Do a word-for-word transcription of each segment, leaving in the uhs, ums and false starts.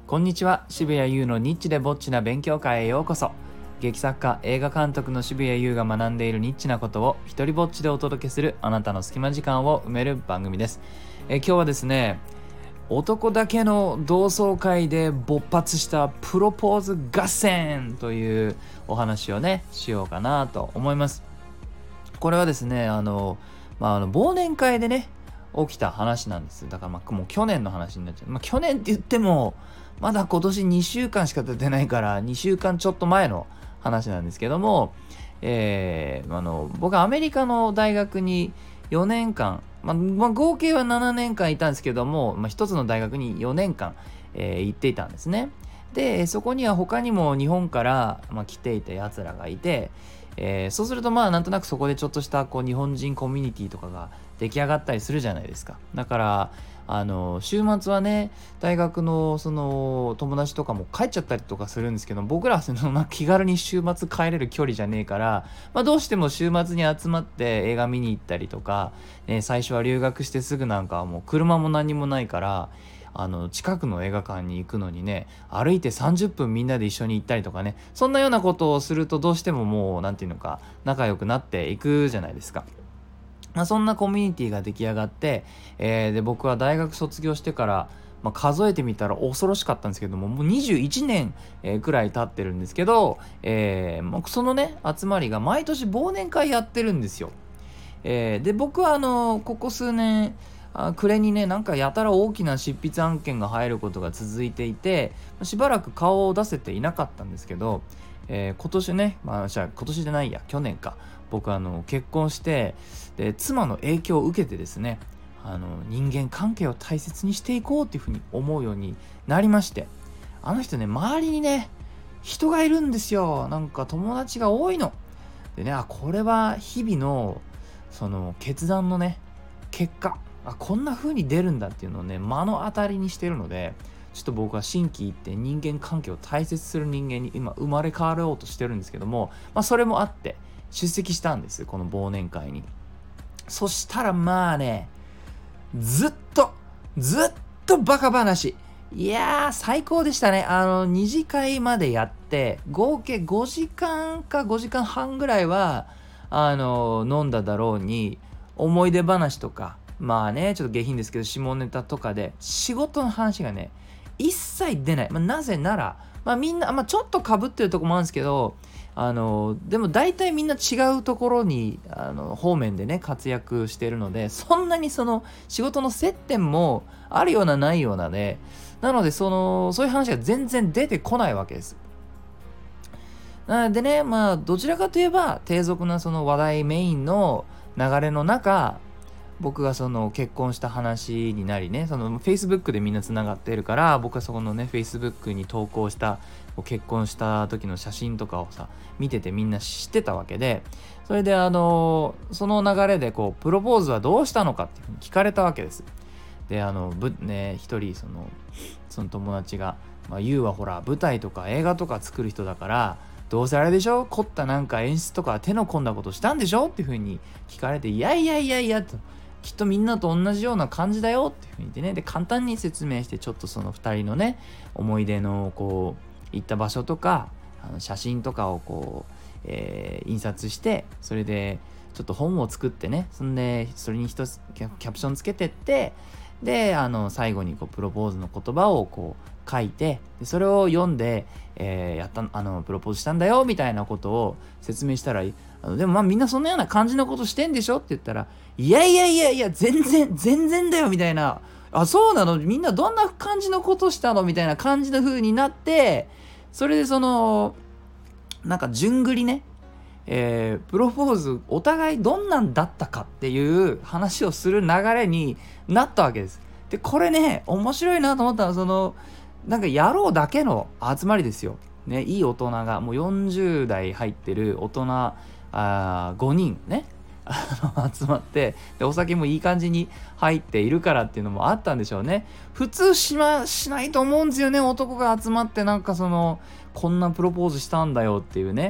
こんにちは。渋谷優のニッチでぼっちな勉強会へようこそ。劇作家、映画監督の渋谷優が学んでいるニッチなことを一人ぼっちでお届けするあなたの隙間時間を埋める番組です。え今日はですね、男だけの同窓会で勃発したプロポーズ合戦というお話をねしようかなと思います。これはですね、あの、まあ、あの忘年会でね起きた話なんです。だからまあもう去年の話になっちゃう。まあ、去年って言ってもまだ今年にしゅうかんしか経ってないからにしゅうかんちょっと前の話なんですけども、えー、あの僕はアメリカの大学によねんかん、まあまあ、合計はななねんかんいたんですけども、まあ、一つの大学によねんかん、えー、行っていたんですね。でそこには他にも日本から、まあ、来ていたやつらがいて、えー、そうするとまあなんとなくそこでちょっとしたこう日本人コミュニティとかが出来上がったりするじゃないですか。だからあの週末はね大学のその友達とかも帰っちゃったりとかするんですけど、僕らはその気軽に週末帰れる距離じゃねえから、まあ、どうしても週末に集まって映画見に行ったりとか、ね、最初は留学してすぐなんかはもう車も何もないからあの近くの映画館に行くのにね歩いてさんじゅっぷんみんなで一緒に行ったりとかね、そんなようなことをするとどうしてももうなんていうのか仲良くなっていくじゃないですか。まあ、そんなコミュニティが出来上がって、えー、で僕は大学卒業してから、まあ、数えてみたら恐ろしかったんですけどももうにじゅういちねん、えー、くらい経ってるんですけど、えー、そのね集まりが毎年忘年会やってるんですよ。えー、で僕はあのここ数年あ暮れにねなんかやたら大きな執筆案件が入ることが続いていてしばらく顔を出せていなかったんですけど、えー、今年ね、まあ、じゃあ今年じゃないや去年か、僕あの結婚してで妻の影響を受けてですね、あの人間関係を大切にしていこうっていうふうに思うようになりまして、あの人ね周りにね人がいるんですよ。なんか友達が多いのでね、あこれは日々のその決断のね結果、あこんな風に出るんだっていうのをね目の当たりにしてるので、ちょっと僕は心機一転人間関係を大切する人間に今生まれ変わろうとしてるんですけども、まあそれもあって出席したんです、この忘年会に。そしたらまあねずっとずっとバカ話、いやー最高でしたね。あのに次会までやって合計ごじかんかごじかんはんぐらいはあの飲んだだろうに、思い出話とかまあねちょっと下品ですけど下ネタとかで仕事の話がね一切出ない、まあ、なぜなら、まあ、みんな、まあ、ちょっと被ってるとこもあるんですけど、あのでも大体みんな違うところにあの方面でね活躍してるので、そんなにその仕事の接点もあるようなないようなで、なのでそのそういう話が全然出てこないわけです。なのでね、まあどちらかといえば低俗なその話題メインの流れの中、僕がその結婚した話になりね、その Facebook でみんなつながっているから、僕はそこのね Facebook に投稿した結婚した時の写真とかをさ見ててみんな知ってたわけで、それであのその流れでこうプロポーズはどうしたのかっていうふうに聞かれたわけです。であのぶね一人そのその友達が、まあ、ユウはほら舞台とか映画とか作る人だからどうせあれでしょ、凝ったなんか演出とか手の込んだことしたんでしょっていうふうに聞かれて、いやいやいやいやと、きっとみんなと同じような感じだよっていうふうに言ってね、で簡単に説明して、ちょっとそのふたりのね思い出のこう行った場所とかあの写真とかをこう、えー、印刷して、それでちょっと本を作ってね、そんでそれに一つキャプションつけてって、であの最後にこうプロポーズの言葉をこう書いて、でそれを読んで、えー、やったあのプロポーズしたんだよみたいなことを説明したら、あのでもまあみんなそんなような感じのことしてんでしょって言ったら、いやいやいやいや全然全然だよみたいな、あそうなのみんなどんな感じのことしたのみたいな感じの風になって、それでそのなんか順繰りね、えー、プロポーズお互いどんなんだったかっていう話をする流れになったわけです。でこれね面白いなと思ったのは、そのなんか野郎だけの集まりですよ、ね、いい大人がもうよんじゅう代入ってる大人あごにんね集まって、でお酒もいい感じに入っているからっていうのもあったんでしょうね。普通しましないと思うんですよね、男が集まってなんかそのこんなプロポーズしたんだよっていうね、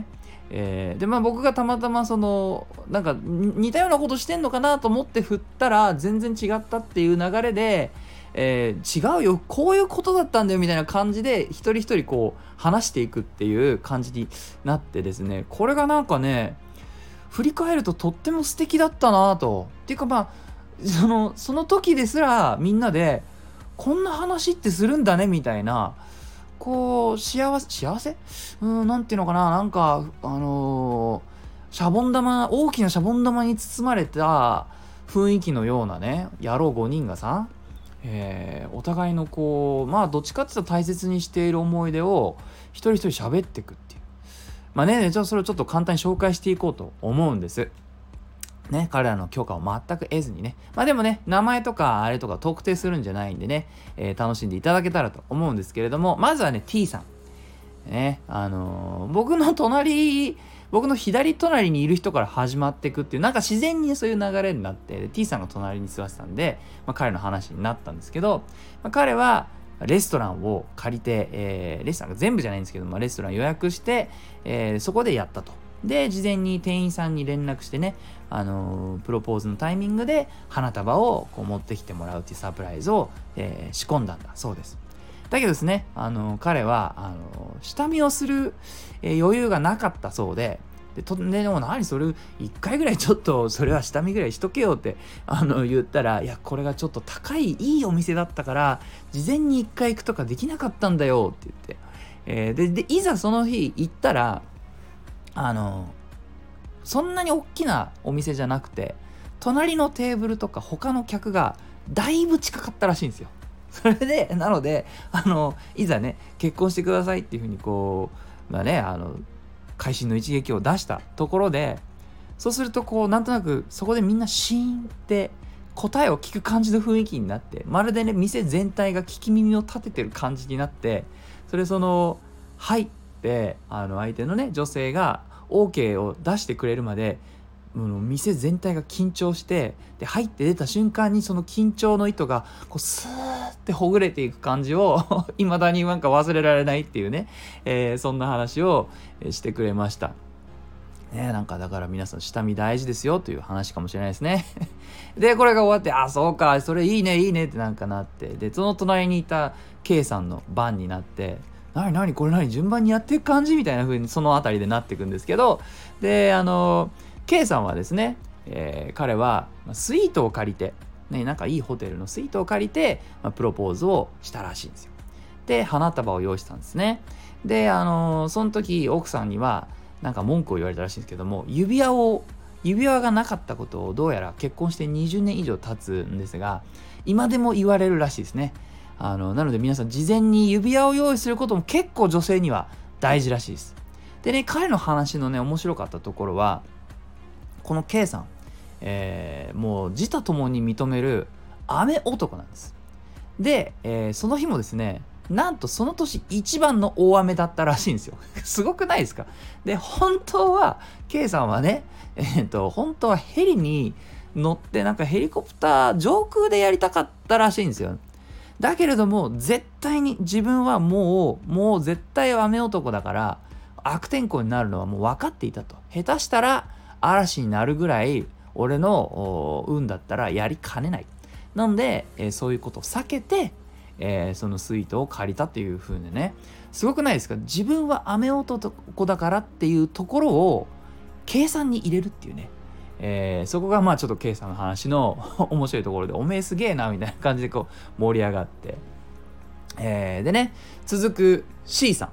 えー、でまあ僕がたまたまそのなんか似たようなことしてんのかなと思って振ったら全然違ったっていう流れで、えー、違うよこういうことだったんだよみたいな感じで一人一人こう話していくっていう感じになってですね、これがなんかね振り返るととっても素敵だったなと。っていうかまあそのその時ですらみんなでこんな話ってするんだねみたいな、こう幸せ幸せうーんなんていうのかな、なんかあのー、シャボン玉大きなシャボン玉に包まれた雰囲気のようなね野郎ごにんがさ、えー、お互いのこうまあどっちかっていうと大切にしている思い出を一人一人喋っていくっていう、まあね、じゃあそれをちょっと簡単に紹介していこうと思うんです。ね、彼らの許可を全く得ずにね。まあでもね、名前とかあれとか特定するんじゃないんでね、えー、楽しんでいただけたらと思うんですけれども、まずはね、T さん。ね、あのー、僕の隣、僕の左隣にいる人から始まっていくっていう、なんか自然にそういう流れになって、T さんが隣に座ってたんで、まあ、彼の話になったんですけど、まあ、彼はレストランを借りて、えー、レストランが全部じゃないんですけど、まあ、レストラン予約して、えー、そこでやったと。で事前に店員さんに連絡してね、あのー、プロポーズのタイミングで花束をこう持ってきてもらうっていうサプライズを、えー、仕込んだんだそうです。だけどですね、あのー、彼はあのー、下見をする、えー、余裕がなかったそうで、でとでも何それいっかいぐらいちょっとそれは下見ぐらいしとけよってあの言ったら、いやこれがちょっと高いいいお店だったから事前にいっかい行くとかできなかったんだよって言って、えー、で, でいざその日行ったらあのそんなに大きなお店じゃなくて、隣のテーブルとか他の客がだいぶ近かったらしいんですよ。それでなのであのいざね結婚してくださいっていうふうにこうまあねあの会心の一撃を出したところで、そうするとこうなんとなくそこでみんなシーンって答えを聞く感じの雰囲気になって、まるでね店全体が聞き耳を立ててる感じになって、それそのはいってあの相手のね女性が OK を出してくれるまで、うん、店全体が緊張して、で入って出た瞬間にその緊張の糸がこうスーってほぐれていく感じを未だになんか忘れられないっていうね、えー、そんな話をしてくれました。ね、なんかだから皆さん下見大事ですよという話かもしれないですね。でこれが終わって、あそうかそれいいねいいねってなんかなって、でその隣にいた K さんの番になって、何何これ何順番にやっていく感じみたいな風にそのあたりでなっていくんですけど、であの K さんはですね、えー、彼はスイートを借りて、ね、なんかいいホテルのスイートを借りて、まあ、プロポーズをしたらしいんですよ。で花束を用意したんですね。であのその時奥さんにはなんか文句を言われたらしいんですけども、指輪を指輪がなかったことをどうやら結婚してにじゅうねん以上経つんですが、今でも言われるらしいですね。あのなので皆さん事前に指輪を用意することも結構女性には大事らしいです。でね、彼の話のね面白かったところは、この K さん、えー、もう自他ともに認める雨男なんです。で、えー、その日もですね、なんとその年一番の大雨だったらしいんですよ。すごくないですか？で本当は K さんはね、えー、っと本当はヘリに乗ってなんかヘリコプター上空でやりたかったらしいんですよ。だけれども絶対に自分はもうもう絶対雨男だから悪天候になるのはもう分かっていたと。下手したら嵐になるぐらい俺の運だったらやりかねない。なので、えー、そういうことを避けて、えー、そのスイートを借りたっていう風でね、すごくないですか？自分は雨男だからっていうところを計算に入れるっていうね。えー、そこがまあちょっと K さんの話の面白いところで、おめえすげえなみたいな感じでこう盛り上がって、えー、でね続く C さん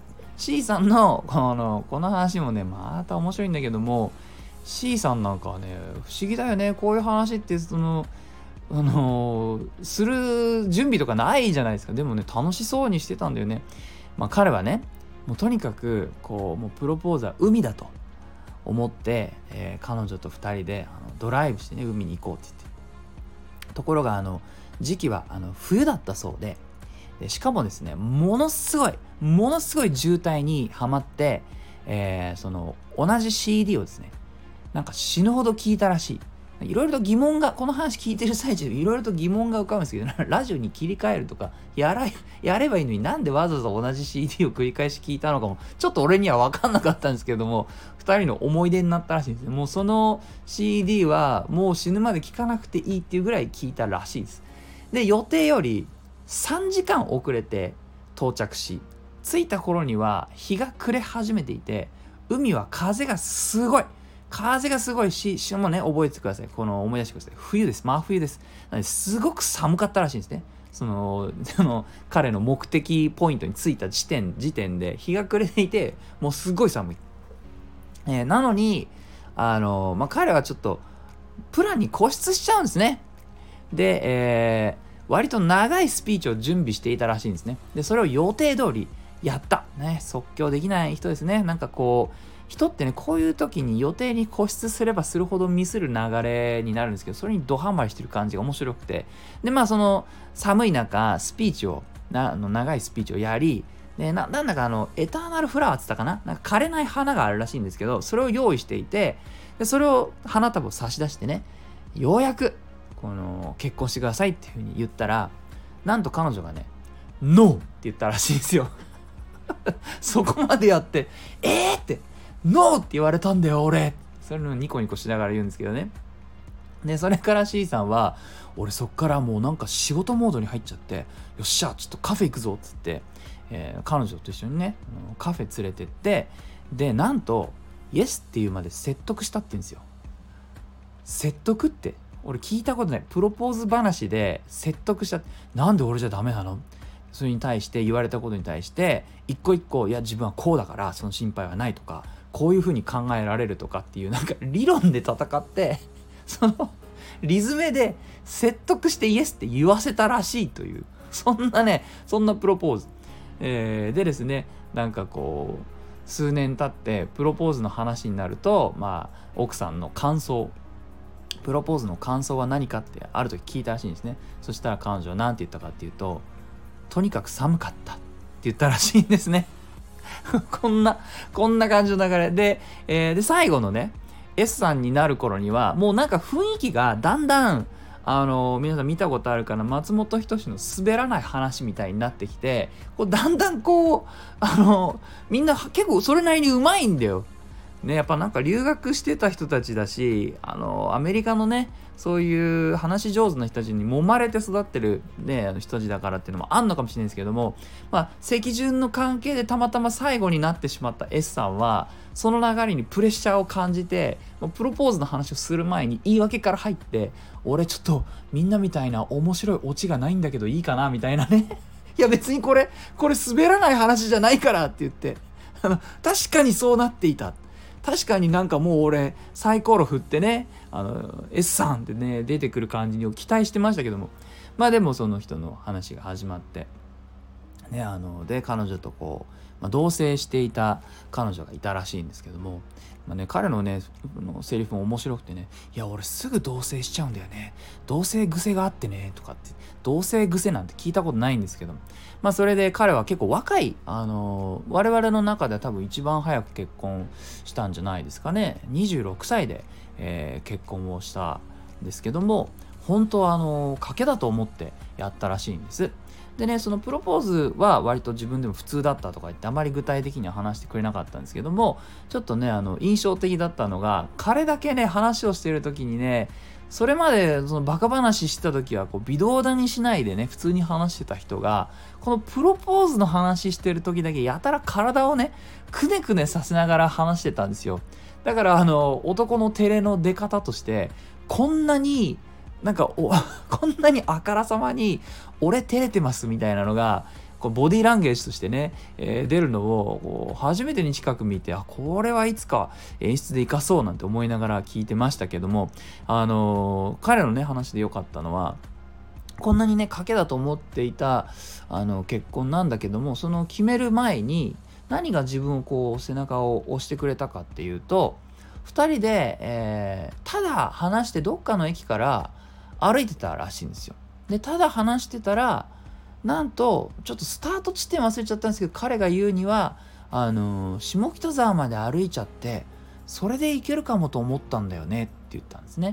C さんのこのこの話もねまた面白いんだけども、 C さんなんかはね不思議だよね。こういう話ってそのあのー、する準備とかないじゃないですか。でもね楽しそうにしてたんだよね。まあ彼はねもうとにかくこうもうプロポーズは海だと思って、えー、彼女とふたりであのドライブしてね海に行こうって言って、ところがあの時期はあの冬だったそうで、でしかもですねものすごいものすごい渋滞にはまって、えー、その同じ シーディー をですねなんか死ぬほど聞いたらしい。 いろいろと疑問が、この話聞いてる最中でいろいろと疑問が浮かぶんですけど、ラジオに切り替えるとかやらやればいいのに、なんでわざわざ同じ シーディー を繰り返し聞いたのかもちょっと俺には分かんなかったんですけども、ふたりの思い出になったらしいんですね。もうその シーディー はもう死ぬまで聞かなくていいっていうぐらい聞いたらしいです。で、予定よりさんじかん遅れて到着し、着いた頃には日が暮れ始めていて、海は風がすごい風がすごいし、しかもね、覚えてください。この思い出してください。冬です。真冬です。なのですごく寒かったらしいんですね。その、その彼の目的ポイントに着いた時点、時点で日が暮れていて、もうすごい寒い。えー、なのに、あの、まあ、彼はちょっと、プランに固執しちゃうんですね。で、えー、割と長いスピーチを準備していたらしいんですね。で、それを予定通りやった。ね、即興できない人ですね。なんかこう、人ってね、こういう時に予定に固執すればするほどミスる流れになるんですけど、それにドハマりしてる感じが面白くて、で、まあその寒い中、スピーチを、なあの長いスピーチをやり、でな、なんだかあの、エターナルフラワーって言ったかな、なんか枯れない花があるらしいんですけど、それを用意していて、でそれを花束を差し出してね、ようやく、この、結婚してくださいっていう風に言ったら、なんと彼女がね、ノーって言ったらしいんですよ。そこまでやって、えーって、ノーって言われたんだよ俺。それのニコニコしながら言うんですけどね。でそれから C さんは、俺そっからもうなんか仕事モードに入っちゃって、よっしゃちょっとカフェ行くぞっつって、えー、彼女と一緒にねカフェ連れてって、でなんとイエスっていうまで説得したって言うんですよ。説得って俺聞いたことない。プロポーズ話で説得した。なんで俺じゃダメなの？それに対して言われたことに対して一個一個、いや自分はこうだからその心配はないとか、こういうふうに考えられるとかっていう、なんか理論で戦ってそのリズムで説得してイエスって言わせたらしいという、そんなねそんなプロポーズ、えー、でですね、なんかこう数年経ってプロポーズの話になると、まあ奥さんの感想、プロポーズの感想は何かってある時聞いたらしいんですね。そしたら彼女は何て言ったかっていうと、とにかく寒かったって言ったらしいんですね。こんなこんな感じの流れで、えー、で最後のね S さんになる頃にはもうなんか雰囲気がだんだん、あのー、皆さん見たことあるかな、松本人志の滑らない話みたいになってきて、こうだんだんこうあのー、みんな結構それなりにうまいんだよね。やっぱなんか留学してた人たちだし、あのアメリカのねそういう話上手な人たちに揉まれて育ってる、ね、あの人たちだからっていうのもあんのかもしれないですけども、まあ席順の関係でたまたま最後になってしまった S さんはその流れにプレッシャーを感じて、プロポーズの話をする前に言い訳から入って、俺ちょっとみんなみたいな面白いオチがないんだけどいいかなみたいなね。いや別にこれこれ滑らない話じゃないからって言って、あの確かにそうなっていた。確かになんかもう俺サイコロ振ってね、あの S さんってね出てくる感じに期待してましたけども、まあでもその人の話が始まってね、あので彼女とこう、まあ、同棲していた彼女がいたらしいんですけども、まあね、彼のねのセリフも面白くてね、いや俺すぐ同棲しちゃうんだよね、同棲癖があってねとかって、同棲癖なんて聞いたことないんですけど、まあそれで彼は結構若い、あのー、我々の中では多分一番早く結婚したんじゃないですかね。にじゅうろくさいで、えー、結婚をしたんですけども、本当はあのー、賭けだと思ってやったらしいんです。でね、そのプロポーズは割と自分でも普通だったとか言ってあまり具体的には話してくれなかったんですけども、ちょっとねあの印象的だったのが、彼だけね話をしている時にね、それまでそのバカ話してた時はこう微動だにしないでね普通に話してた人が、このプロポーズの話してる時だけやたら体をねくねくねさせながら話してたんですよ。だからあの男の照れの出方として、こんなになんかおこんなにあからさまに俺照れてますみたいなのがこうボディーランゲージとしてね、えー、出るのをこう初めてに近く見て、あこれはいつか演出で生かそうなんて思いながら聞いてましたけども、あのー、彼のね話で良かったのは、こんなにね賭けだと思っていたあの結婚なんだけども、その決める前に何が自分をこう背中を押してくれたかっていうと、ふたりで、えー、ただ話してどっかの駅から歩いてたらしいんですよ。でただ話してたら、なんとちょっとスタート地点忘れちゃったんですけど、彼が言うにはあのー、下北沢まで歩いちゃってそれで行けるかもと思ったんだよねって言ったんですね。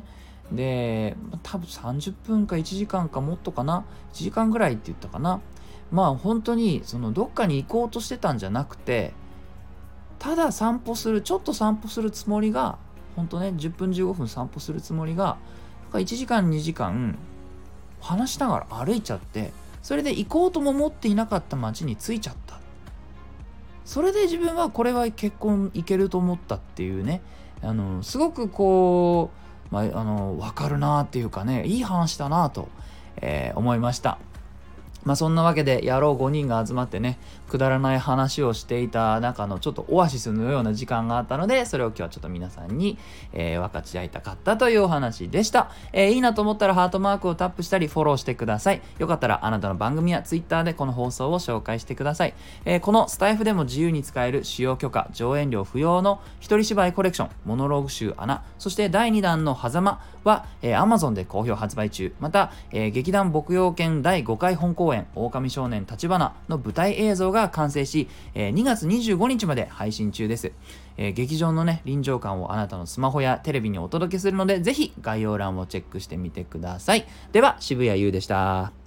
で多分さんじゅっぷんかいちじかんかもっとかな、いちじかんぐらいって言ったかな。まあ本当にそのどっかに行こうとしてたんじゃなくて、ただ散歩する、ちょっと散歩するつもりが、本当ねじゅっぷんじゅうごふん散歩するつもりが、なんかいちじかんにじかん話しながら歩いちゃって、それで行こうとも思っていなかった街に着いちゃった。それで自分はこれは結婚いけると思ったっていうね、あのすごくこう、まあ、あの分かるなっていうかね、いい話だなと、えー思いました。まあそんなわけで野郎ごにんが集まってね、くだらない話をしていた中のちょっとオアシスのような時間があったので、それを今日はちょっと皆さんに、えー分かち合いたかったというお話でした。えーいいなと思ったらハートマークをタップしたりフォローしてください。よかったらあなたの番組やツイッターでこの放送を紹介してください。えーこのスタイフでも自由に使える使用許可、上演料不要の一人芝居コレクション、モノローグ集穴、そしてだいにだんの狭間は、えー Amazon で好評発売中。また、えー劇団牧羊犬だいごかい本公演狼少年立花の舞台映像が完成し、えーにがつにじゅうごにちまで配信中です。えー劇場のね臨場感をあなたのスマホやテレビにお届けするので、ぜひ概要欄をチェックしてみてください。では渋谷優でした。